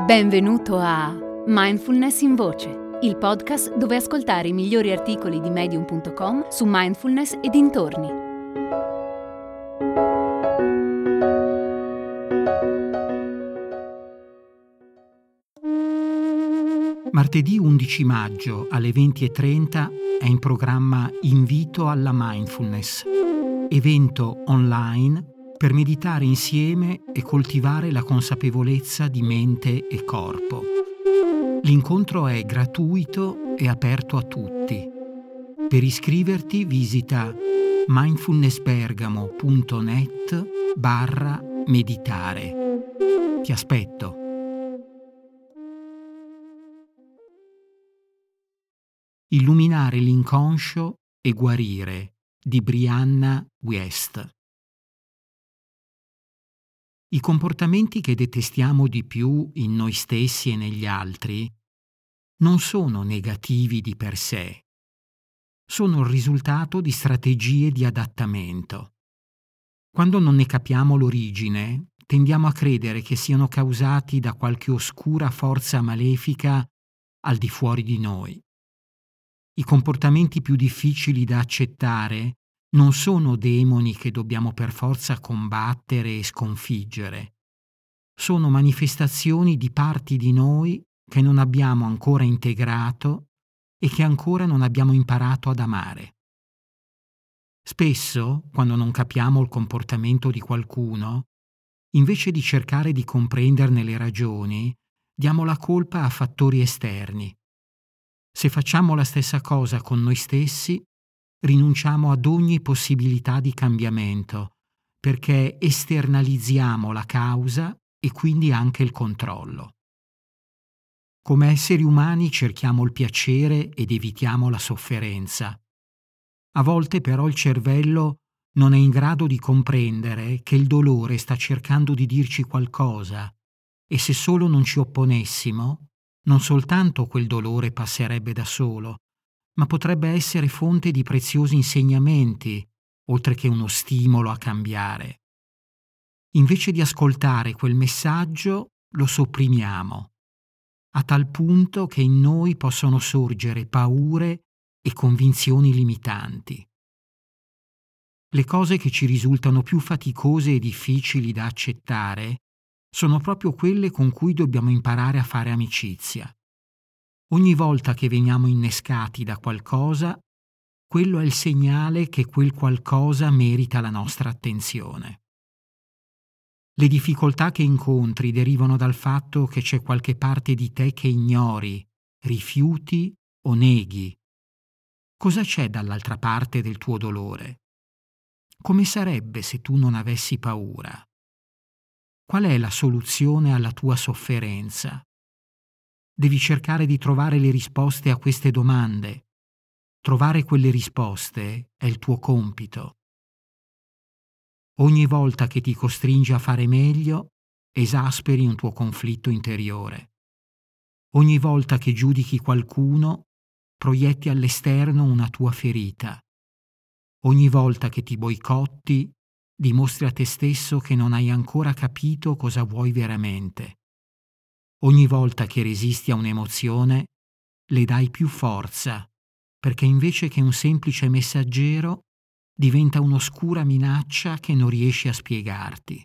Benvenuto a Mindfulness in Voce, il podcast dove ascoltare i migliori articoli di Medium.com su mindfulness e dintorni. Martedì 11 maggio alle 20:30 è in programma Invito alla Mindfulness, evento online per meditare insieme e coltivare la consapevolezza di mente e corpo. L'incontro è gratuito e aperto a tutti. Per iscriverti visita mindfulnessbergamo.net/meditare. Ti aspetto. Illuminare l'inconscio e guarire di Brianna Wiest. I comportamenti che detestiamo di più in noi stessi e negli altri non sono negativi di per sé. Sono il risultato di strategie di adattamento. Quando non ne capiamo l'origine, tendiamo a credere che siano causati da qualche oscura forza malefica al di fuori di noi. I comportamenti più difficili da accettare non sono demoni che dobbiamo per forza combattere e sconfiggere. Sono manifestazioni di parti di noi che non abbiamo ancora integrato e che ancora non abbiamo imparato ad amare. Spesso, quando non capiamo il comportamento di qualcuno, invece di cercare di comprenderne le ragioni, diamo la colpa a fattori esterni. Se facciamo la stessa cosa con noi stessi, rinunciamo ad ogni possibilità di cambiamento, perché esternalizziamo la causa e quindi anche il controllo. Come esseri umani cerchiamo il piacere ed evitiamo la sofferenza. A volte però il cervello non è in grado di comprendere che il dolore sta cercando di dirci qualcosa e se solo non ci opponessimo, non soltanto quel dolore passerebbe da solo, ma potrebbe essere fonte di preziosi insegnamenti, oltre che uno stimolo a cambiare. Invece di ascoltare quel messaggio, lo sopprimiamo, a tal punto che in noi possono sorgere paure e convinzioni limitanti. Le cose che ci risultano più faticose e difficili da accettare sono proprio quelle con cui dobbiamo imparare a fare amicizia. Ogni volta che veniamo innescati da qualcosa, quello è il segnale che quel qualcosa merita la nostra attenzione. Le difficoltà che incontri derivano dal fatto che c'è qualche parte di te che ignori, rifiuti o neghi. Cosa c'è dall'altra parte del tuo dolore? Come sarebbe se tu non avessi paura? Qual è la soluzione alla tua sofferenza? Devi cercare di trovare le risposte a queste domande. Trovare quelle risposte è il tuo compito. Ogni volta che ti costringi a fare meglio, esasperi un tuo conflitto interiore. Ogni volta che giudichi qualcuno, proietti all'esterno una tua ferita. Ogni volta che ti boicotti, dimostri a te stesso che non hai ancora capito cosa vuoi veramente. Ogni volta che resisti a un'emozione, le dai più forza, perché invece che un semplice messaggero, diventa un'oscura minaccia che non riesci a spiegarti.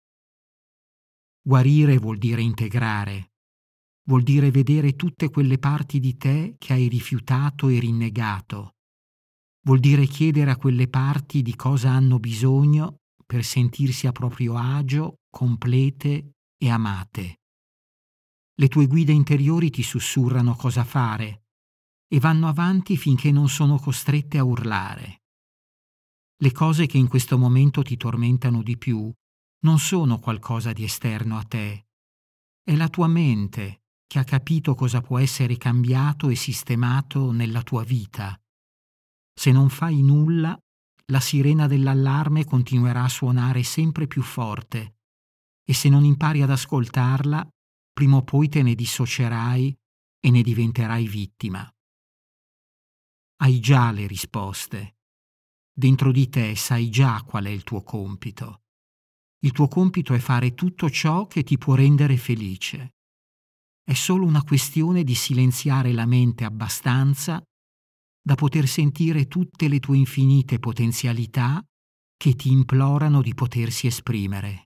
Guarire vuol dire integrare, vuol dire vedere tutte quelle parti di te che hai rifiutato e rinnegato. Vuol dire chiedere a quelle parti di cosa hanno bisogno per sentirsi a proprio agio, complete e amate. Le tue guide interiori ti sussurrano cosa fare e vanno avanti finché non sono costrette a urlare. Le cose che in questo momento ti tormentano di più non sono qualcosa di esterno a te. È la tua mente che ha capito cosa può essere cambiato e sistemato nella tua vita. Se non fai nulla, la sirena dell'allarme continuerà a suonare sempre più forte e se non impari ad ascoltarla, prima o poi te ne dissocierai e ne diventerai vittima. Hai già le risposte. Dentro di te sai già qual è il tuo compito. Il tuo compito è fare tutto ciò che ti può rendere felice. È solo una questione di silenziare la mente abbastanza da poter sentire tutte le tue infinite potenzialità che ti implorano di potersi esprimere.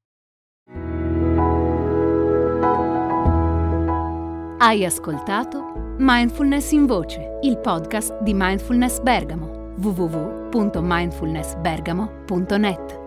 Hai ascoltato Mindfulness in Voce, il podcast di Mindfulness Bergamo, www.mindfulnessbergamo.net.